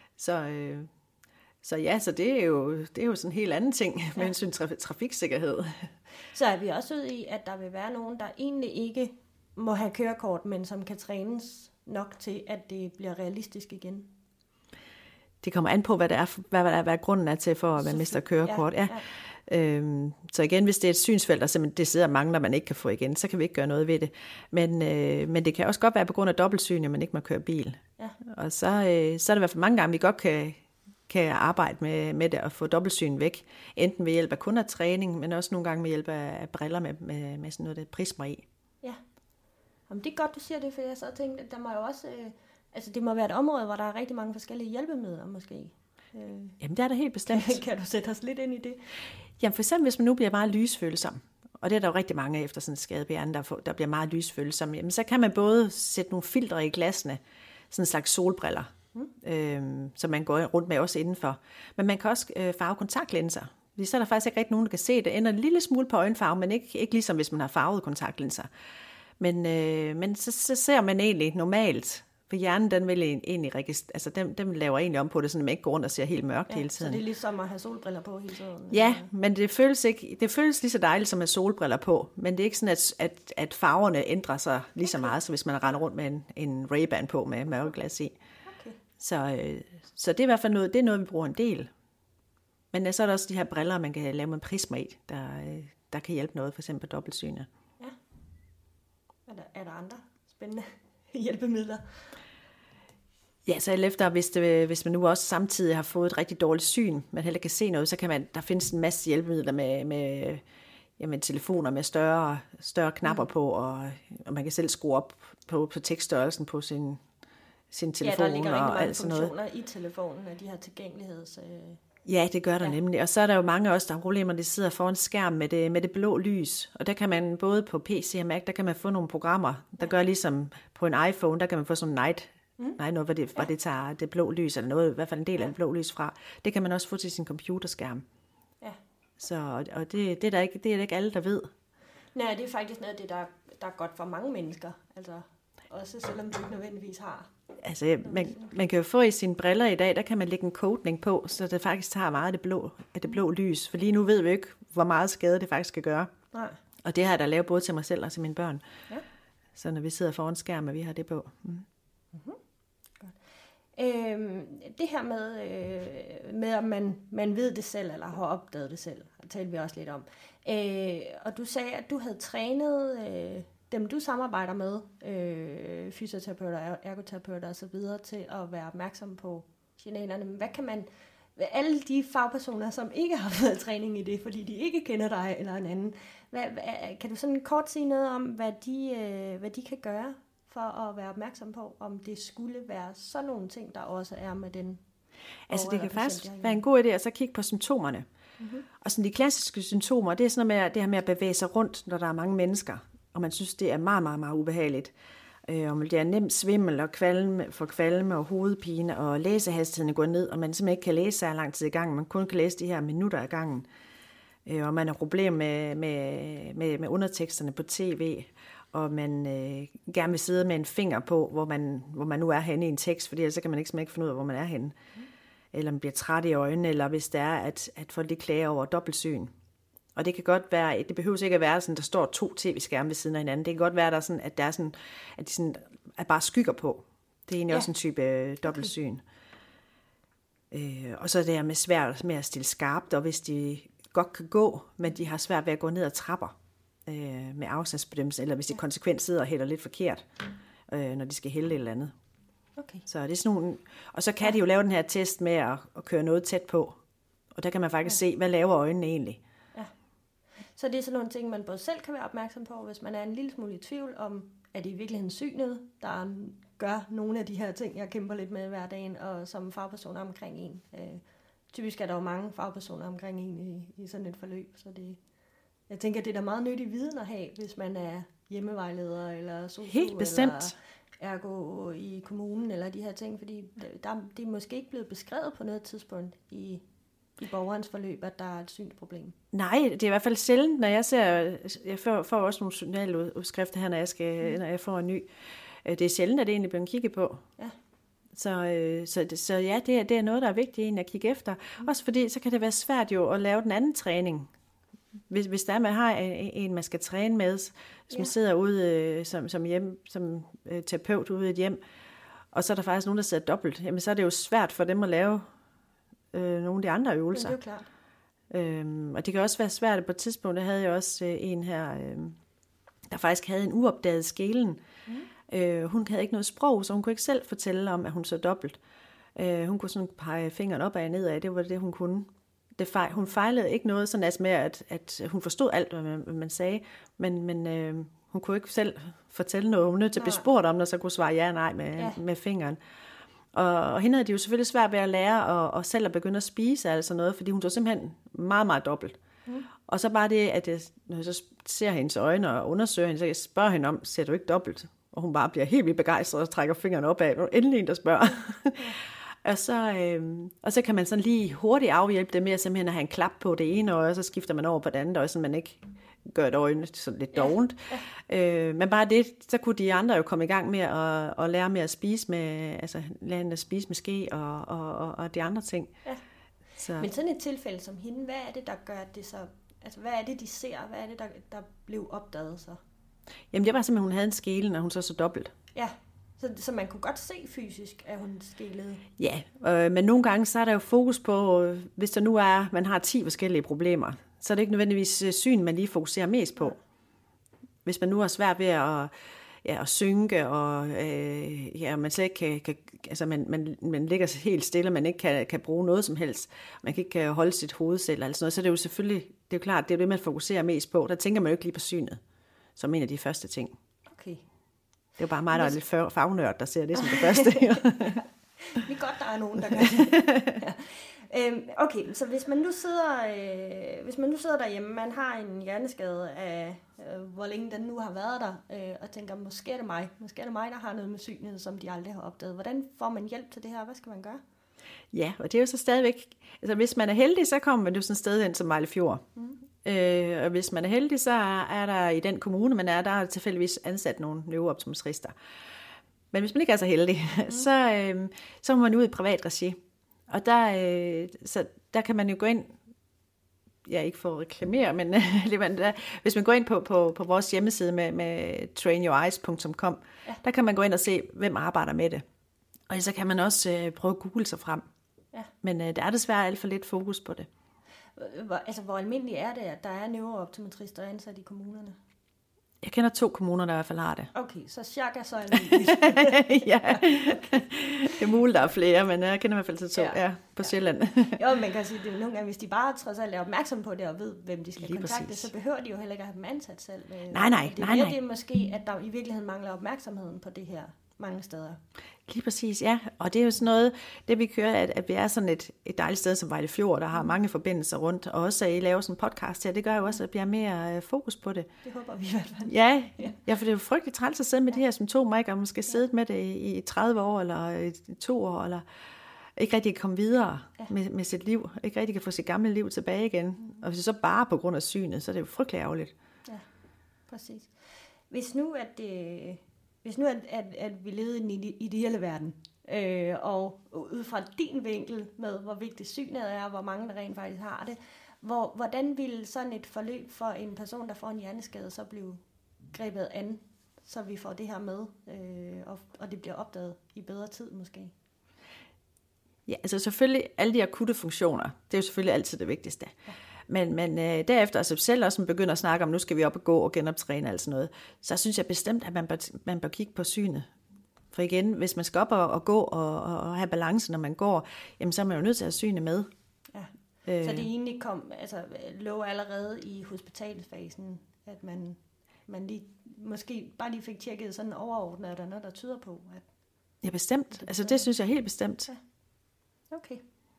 Så det er jo sådan en helt anden ting med hensyn til trafiksikkerhed. Så er vi også ude i, at der vil være nogen, der egentlig ikke må have kørekort, men som kan trænes nok til, at det bliver realistisk igen? Det kommer an på, hvad grunden er til for, at man mister kørekort. Ja. Så igen, hvis det er et synsfelt, der simpelthen det sidder mangler, man ikke kan få igen, så kan vi ikke gøre noget ved det. Men det kan også godt være på grund af dobbeltsyn, at man ikke må køre bil. Ja. Og så er det i hvert fald mange gange, vi godt kan arbejde med det og få dobbeltsyn væk. Enten ved hjælp af kun af træning, men også nogle gange med hjælp af briller med sådan noget der prismer i. Ja. Jamen, det er godt, du siger det, for jeg så tænkte, at der må jo også... Altså, det må være et område, hvor der er rigtig mange forskellige hjælpemidler, måske. Jamen, det er der helt bestemt. Kan du sætte os lidt ind i det? Jamen, for eksempel, hvis man nu bliver meget lysfølsom, og det er der jo rigtig mange efter sådan en skade på hjernen, der bliver meget lysfølsom, jamen, så kan man både sætte nogle filtre i glasene, sådan en slags solbriller, som man går rundt med også indenfor. Men man kan også farve kontaktlinser. Fordi så er der faktisk ikke rigtig nogen, der kan se det. Ender en lille smule på øjenfarve, men ikke ligesom hvis man har farvet kontaktlinser. Men så ser man egentlig normalt, For hjernen, den vil egentlig altså den laver egentlig om på det, så man ikke går rundt og ser helt mørkt hele tiden. Så det er ligesom at have solbriller på hele tiden? Ja, men det føles lige så dejligt som at have solbriller på, men det er ikke sådan, at farverne ændrer sig lige så meget, som hvis man render rundt med en Ray-Ban på med mørkeglas i. Okay. Så det er i hvert fald noget, vi bruger en del. Men så er der også de her briller, man kan lave med prisma i, der kan hjælpe noget, for eksempel dobbeltsynet. Ja. Er der andre spændende hjælpemidler? Ja, så efter, hvis man nu også samtidig har fået et rigtig dårligt syn, man heller kan se noget, så kan der findes en masse hjælpemidler med telefoner med større knapper på, og man kan selv skrue op på tekststørrelsen på sin telefon. Ja, der ligger rigtig mange funktioner noget i telefonen af de her tilgængeligheds... Ja, det gør der nemlig. Og så er der jo mange af os, der har problemer, de sidder foran skærm med det blå lys. Og der kan man både på PC og Mac, der kan man få nogle programmer, der gør ligesom på en iPhone, der kan man få sådan noget, hvor det tager det blå lys, eller noget, i hvert fald en del af det blå lys fra. Det kan man også få til sin computerskærm. Ja. Så, og det er der ikke alle, der ved. Nej, det er faktisk noget af det, der er godt for mange mennesker. Altså, også selvom du ikke nødvendigvis har. Altså, man kan jo få i sine briller i dag, der kan man lægge en coating på, så det faktisk tager meget af det blå lys. For lige nu ved vi ikke, hvor meget skade det faktisk skal gøre. Nej. Og det har jeg da lavet både til mig selv og til mine børn. Ja. Så når vi sidder foran skærmen, vi har det på. Mm-hmm. Godt. Det her med at man ved det selv, eller har opdaget det selv, det talte vi også lidt om. Og du sagde, at du havde trænet... dem du samarbejder med, fysioterapeuter, ergoterapeuter og så videre, til at være opmærksom på signalerne. Men hvad kan man, alle de fagpersoner, som ikke har fået træning i det, fordi de ikke kender dig eller en anden, kan du sådan kort sige noget om, hvad de kan gøre for at være opmærksom på, om det skulle være sådan nogle ting, der også er med den? Altså det kan faktisk være en god idé at så kigge på symptomerne. Mm-hmm. Og sådan de klassiske symptomer, det er sådan noget med det her med at bevæge sig rundt, når der er mange mennesker. Og man synes, det er meget, meget, meget ubehageligt. Om det er nemt svimmel og kvalme og hovedpine, og læsehastigheden går ned, og man simpelthen ikke kan læse så lang tid i gangen. Man kun kan læse de her minutter ad gangen. Og man har problemer med underteksterne på tv, og man gerne vil sidde med en finger på, hvor man nu er henne i en tekst, fordi ellers så kan man ikke finde ud af, hvor man er henne. Eller man bliver træt i øjnene, eller hvis det er, at folk de klager over dobbeltsyn. Og det kan godt være, det behøver ikke at være sådan, der står 2 tv-skærme ved siden af hinanden. Det kan godt være, at de sådan er bare skygger på. Det er egentlig også en type dobbeltsyn. Okay. Og så er det her med svært med at stille skarpt, og hvis de godt kan gå, men de har svært ved at gå ned ad trapper med afstandsbedømmelse, eller hvis de konsekvent sidder og hælder lidt forkert, når de skal hælde et eller andet. Okay. Så det er sådan nogle, og så kan de jo lave den her test med at køre noget tæt på. Og der kan man faktisk se, hvad laver øjnene egentlig. Så det er sådan nogle ting, man både selv kan være opmærksom på, hvis man er en lille smule i tvivl om, er det i virkeligheden synet, der gør nogle af de her ting, jeg kæmper lidt med hver dag, og som fagpersoner omkring en. Typisk er der jo mange fagpersoner omkring en i sådan et forløb, så jeg tænker, det er da meget nyttig viden at have, hvis man er hjemmevejleder eller sosu, helt bestemt. Eller ergo i kommunen eller de her ting, fordi det er måske ikke blevet beskrevet på noget tidspunkt i borgerens forløb, at der er et synsproblem. Nej, det er i hvert fald sjældent, når jeg får også nogle journaludskrifter her, når jeg får en ny. Det er sjældent, at det egentlig bliver kigget på. Ja. Så ja, det er noget, der er vigtigt egentlig at kigge efter. Også fordi, så kan det være svært jo at lave den anden træning. Hvis der man har en, man skal træne med, som sidder ude som terapeut ude i et hjem, og så er der faktisk nogen, der sidder dobbelt, jamen så er det jo svært for dem at lave nogle af de andre øvelser. Men det er jo klart. Og det kan også være svært. På et tidspunkt, der havde jeg også en her, der faktisk havde en uopdaget skelen. Hun havde ikke noget sprog, så hun kunne ikke selv fortælle om, at hun så dobbelt. Hun kunne sådan pege fingeren opad og nedad, det var det, hun kunne. Hun fejlede ikke noget, sådan altså med, at hun forstod alt, hvad man sagde, men hun kunne ikke selv fortælle noget. Hun var nødt til at blive spurgt om, og så kunne svare ja og nej med fingeren. Og hende havde de jo selvfølgelig svært ved at lære og selv at begynde at spise altså noget, fordi hun var simpelthen meget, meget dobbelt. Og så bare det, at når jeg så ser hendes øjne og undersøger hende, så jeg spørger hende om, ser du ikke dobbelt? Og hun bare bliver helt vildt begejstret og trækker fingrene opad. Og endelig en, der spørger. Og så kan man sådan lige hurtigt afhjælpe det med at simpelthen have en klap på det ene øje, og så skifter man over på det andet øje, så man ikke gør et øjne sådan lidt dovent. Ja. Men bare det, så kunne de andre jo komme i gang med at lære med at spise med, altså lære at spise med ske og de andre ting. Ja. Så. Men sådan et tilfælde som hende, hvad er det, der gør det så, altså hvad er det, de ser, hvad er det, der blev opdaget så? Jamen det var simpelthen, hun havde en skelen, og hun så dobbelt. Ja, så man kunne godt se fysisk, at hun skelede. Ja, men nogle gange så er der jo fokus på, hvis der nu er, man har 10 forskellige problemer, så er det ikke nødvendigvis syn, man lige fokuserer mest på. Hvis man nu har svært ved at synke, og man slet ikke kan altså man ligger helt stille, man ikke kan bruge noget som helst, man kan ikke holde sit hoved selv, eller sådan noget, så er det jo selvfølgelig, det er jo klart, det er det, man fokuserer mest på. Der tænker man jo ikke lige på synet, som en af de første ting. Okay. Det er jo bare mig, der er lidt fagnørd, der ser det som det første. Det er godt, der er nogen, der gør det. Ja. Okay, så hvis man nu sidder derhjemme, man har en hjerneskade af, hvor længe den nu har været der, og tænker, måske er det mig, der har noget med synet, som de aldrig har opdaget. Hvordan får man hjælp til det her? Hvad skal man gøre? Ja, og det er jo så stadigvæk, altså hvis man er heldig, så kommer man jo sådan et sted hen som Vejlefjord. Og hvis man er heldig, så er der i den kommune, man er, der er tilfældigvis ansat nogle neurooptometrister. Men hvis man ikke er så heldig, så må man ud i privat regi. Og der kan man jo gå ind, ikke for at reklamere, men hvis man går ind på vores hjemmeside med trainyoureyes.com, der kan man gå ind og se, hvem arbejder med det. Og så kan man også prøve at google sig frem. Ja. Men der er desværre alt for lidt fokus på det. Hvor almindeligt er det, at der er neurooptometrister ansat i kommunerne? Jeg kender 2 kommuner, der i hvert fald har det. Okay, så cirka så almindeligt. Ja, det er muligt, der er flere, men jeg kender i hvert fald til 2 på Sjælland. Jo, man kan sige, at nogle gange, hvis de bare trods alt er opmærksom på det og ved, hvem de skal kontakte, så behøver de jo heller ikke at have dem ansat selv. Nej. Det er måske, at der i virkeligheden mangler opmærksomheden på det her mange steder. Lige præcis, ja. Og det er jo sådan noget, det vi kører, at vi er sådan et dejligt sted som Vejlefjord, der har mange forbindelser rundt, og også at I laver sådan en podcast her, det gør jo også, at der bliver mere fokus på det. Det håber vi i hvert fald. Ja, for det er jo frygteligt træls at sidde med de her symptomer, ikke? Og man skal sidde med det i 30 år, eller i 2 år, eller ikke rigtig kan komme videre med sit liv, ikke rigtig kan få sit gamle liv tilbage igen. Og hvis det så bare på grund af synet, så er det jo frygteligt ærgerligt. Ja, præcis. Hvis nu at vi levede i den ideelle verden, og ud fra din vinkel med, hvor vigtigt synet er, og hvor mange der rent faktisk har det, hvordan vil sådan et forløb for en person, der får en hjerneskade, så blive grebet an, så vi får det her med, og det bliver opdaget i bedre tid måske? Ja, altså selvfølgelig alle de akutte funktioner, det er jo selvfølgelig altid det vigtigste. Ja. Men derefter, altså selv også, man begynder at snakke om, nu skal vi op og gå og genoptræne og sådan noget, så synes jeg bestemt, at man bør kigge på synet. For igen, hvis man skal op og gå og have balance, når man går, jamen så er man jo nødt til at have synet med. Ja. Så det egentlig lå allerede i hospitalsfasen, at man lige, måske bare lige fik tjekket sådan overordnet, er der noget, der tyder på? Ja, bestemt. Altså det synes jeg helt bestemt. Ja. Okay.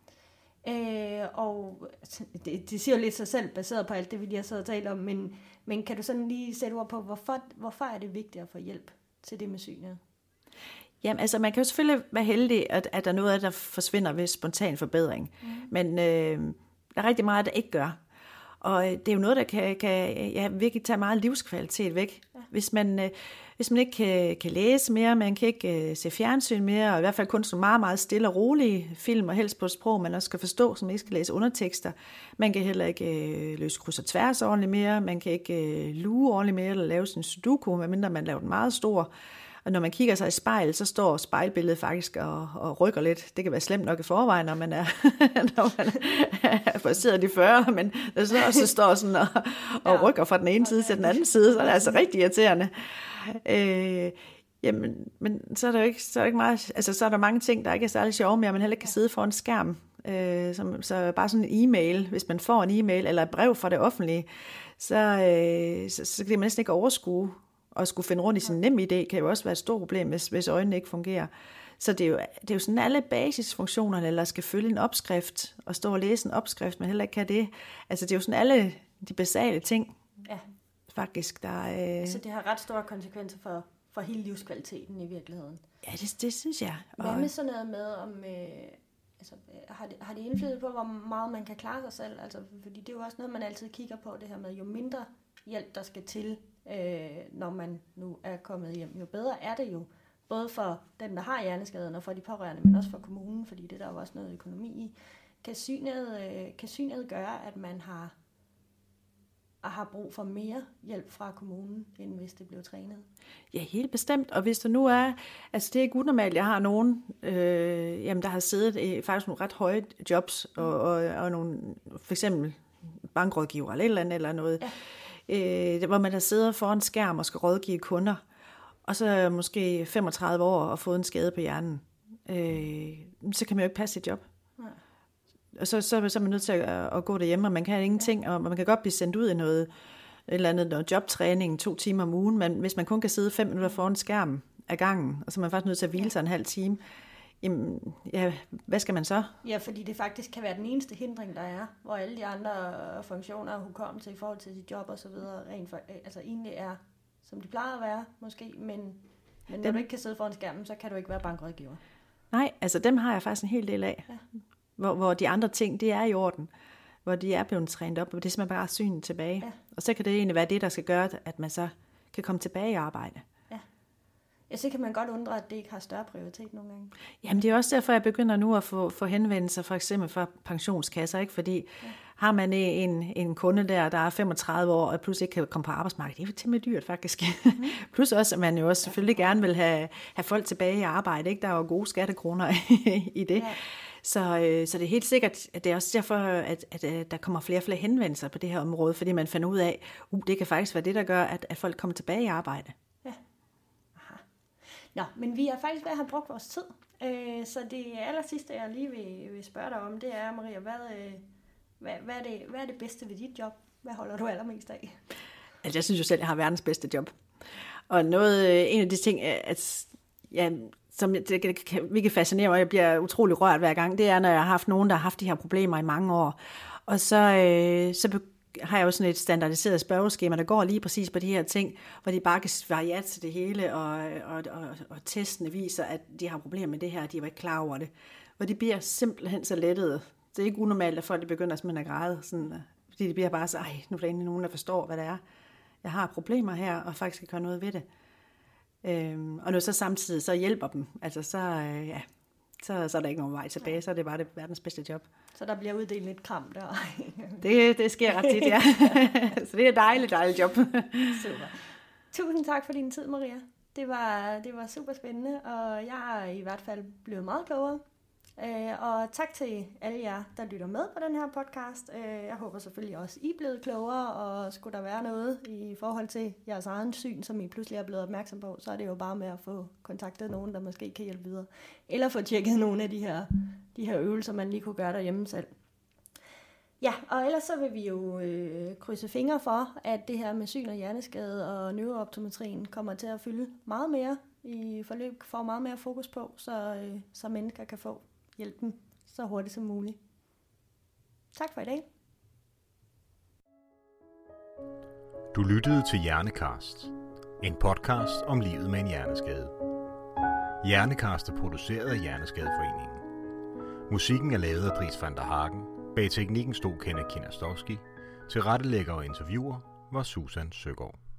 Og det siger jo lidt sig selv, baseret på alt det, vi lige har siddet og talt om, men kan du sådan lige sætte ord på, hvorfor er det vigtigt at få hjælp til det med synet? Jamen, altså man kan jo selvfølgelig være heldig, at der er noget af, der forsvinder ved spontan forbedring, men der er rigtig meget, der ikke gør. Og det er jo noget, der kan virkelig tage meget livskvalitet væk. Ja. Hvis man ikke kan læse mere, man kan ikke se fjernsyn mere, og i hvert fald kun så meget, meget stille og rolige film, og helst på et sprog, man også skal forstå, så man ikke skal læse undertekster. Man kan heller ikke løse kryds og tværs ordentligt mere, man kan ikke luge ordentligt mere, eller lave sin sudoku, medmindre man laver den meget stor. Og når man kigger sig i spejl, så står spejlbilledet faktisk og rykker lidt. Det kan være slemt nok i forvejen, når man er passeret de 40, men så står sådan og rykker fra den ene side til den anden side, så er det altså rigtig irriterende. Men så er der jo ikke meget, altså så er der mange ting, der ikke er særlig sjove mere, man heller ikke kan sidde foran en skærm. Så bare sådan en e-mail, hvis man får en e-mail eller et brev fra det offentlige, så kan man næsten ikke overskue. Og skulle finde rundt i sin NemID kan jo også være et stort problem, hvis øjnene ikke fungerer. Så det er jo sådan alle basisfunktionerne, eller skal følge en opskrift, og stå og læse en opskrift, men heller ikke kan det. Altså det er jo sådan alle de basale ting, faktisk. Så det har ret store konsekvenser for hele livskvaliteten i virkeligheden. Ja, det synes jeg. Hvad med sådan noget med, om har det indflydelse på, hvor meget man kan klare sig selv? Altså, fordi det er jo også noget, man altid kigger på, det her med, jo mindre hjælp, der skal til, når man nu er kommet hjem. Jo bedre er det jo, både for den, der har hjerneskaden, og for de pårørende, men også for kommunen, fordi det der er jo også noget økonomi i. Kan synet gøre, at man har brug for mere hjælp fra kommunen, end hvis det blev trænet? Ja, helt bestemt. Og hvis der nu er, altså det er ikke unormalt, jeg har nogen, der har siddet i faktisk nogle ret høje jobs, og nogle, for eksempel bankrådgiver eller et eller andet eller noget, hvor man har siddet foran skærm og skal rådgive kunder, og så måske 35 år og fået en skade på hjernen. Så kan man jo ikke passe sit job. Nej. Og så er man nødt til at gå derhjemme, og man kan ingenting, og man kan godt blive sendt ud i noget jobtræning 2 timer om ugen, men hvis man kun kan sidde 5 minutter foran skærmen af gangen, og så er man faktisk nødt til at hvile sig en halv time, jamen, ja, hvad skal man så? Ja, fordi det faktisk kan være den eneste hindring, der er, hvor alle de andre funktioner, hukommelse i forhold til sit job og så videre, altså egentlig er, som de plejer at være, måske, men når du ikke kan sidde foran skærmen, så kan du ikke være bankrådgiver. Nej, altså dem har jeg faktisk en hel del af. Ja. Hvor de andre ting, det er i orden. Hvor de er blevet trænet op, og det er simpelthen bare synet tilbage. Ja. Og så kan det egentlig være det, der skal gøre, at man så kan komme tilbage i arbejde. Ja, så kan man godt undre, at det ikke har større prioritet nogle gange. Jamen det er også derfor, jeg begynder nu at få henvendelser, for eksempel fra pensionskasser, ikke? Fordi har man en kunde der er 35 år, og pludselig ikke kan komme på arbejdsmarkedet, det er jo temmelig dyrt faktisk. Plus også, at man jo også selvfølgelig gerne vil have folk tilbage i arbejde, ikke? Der er jo gode skattekroner i det. Ja. Så det er helt sikkert, at det er også derfor, at der kommer flere og flere henvendelser på det her område, fordi man finder ud af, det kan faktisk være det, der gør, at folk kommer tilbage i arbejde. Ja. Aha. Nå, men vi er faktisk ved at have brugt vores tid, så det aller sidste, jeg lige vil spørge dig om, det er, Maria, hvad er det bedste ved dit job? Hvad holder du allermest af? Altså, jeg synes jo selv, at jeg har verdens bedste job. Og en af de ting, som virkelig fascinerer mig, og jeg bliver utrolig rørt hver gang, det er, når jeg har haft nogen, der har haft de her problemer i mange år. Og så har jeg jo sådan et standardiseret spørgeskema, der går lige præcis på de her ting, hvor de bare kan svare ja til det hele, og testene viser, at de har problemer med det her, de var ikke klar over det. Og de bliver simpelthen så lettede. Det er ikke unormalt, at folk begynder simpelthen at græde, sådan, fordi de bliver bare så, nu er der egentlig nogen, der forstår, hvad det er. Jeg har problemer her, og faktisk kan gøre noget ved det. Og når så samtidig så hjælper dem, altså så er der ikke nogen vej tilbage, så er det bare det verdens bedste job. Så der bliver uddelt lidt kram der. Det sker ret tit, ja. Så det er et dejligt job. Super. Tusind tak for din tid, Maria. Det var super spændende, og jeg er i hvert fald blevet meget klogere. Og tak til alle jer, der lytter med på den her podcast. Jeg håber selvfølgelig også, I er blevet klogere, og skulle der være noget i forhold til jeres egen syn, som I pludselig er blevet opmærksom på, så er det jo bare med at få kontaktet nogen, der måske kan hjælpe videre. Eller få tjekket nogle af de her øvelser, man lige kunne gøre derhjemme selv. Ja, og ellers så vil vi jo krydse fingre for, at det her med syn og hjerneskade og neurooptometrien kommer til at fylde meget mere i forløb, får meget mere fokus på, så mennesker kan få hjælpen så hurtigt som muligt. Tak for i dag. Du lyttede til Hjernekast, en podcast om livet med en hjerneskade. Hjernekast er produceret af Hjerneskadeforeningen. Musikken er lavet af Dries van der Hagen. Bag teknikken stod Kenneth Kinastowski. Tilrettelægger og interviewer var Susan Søgaard.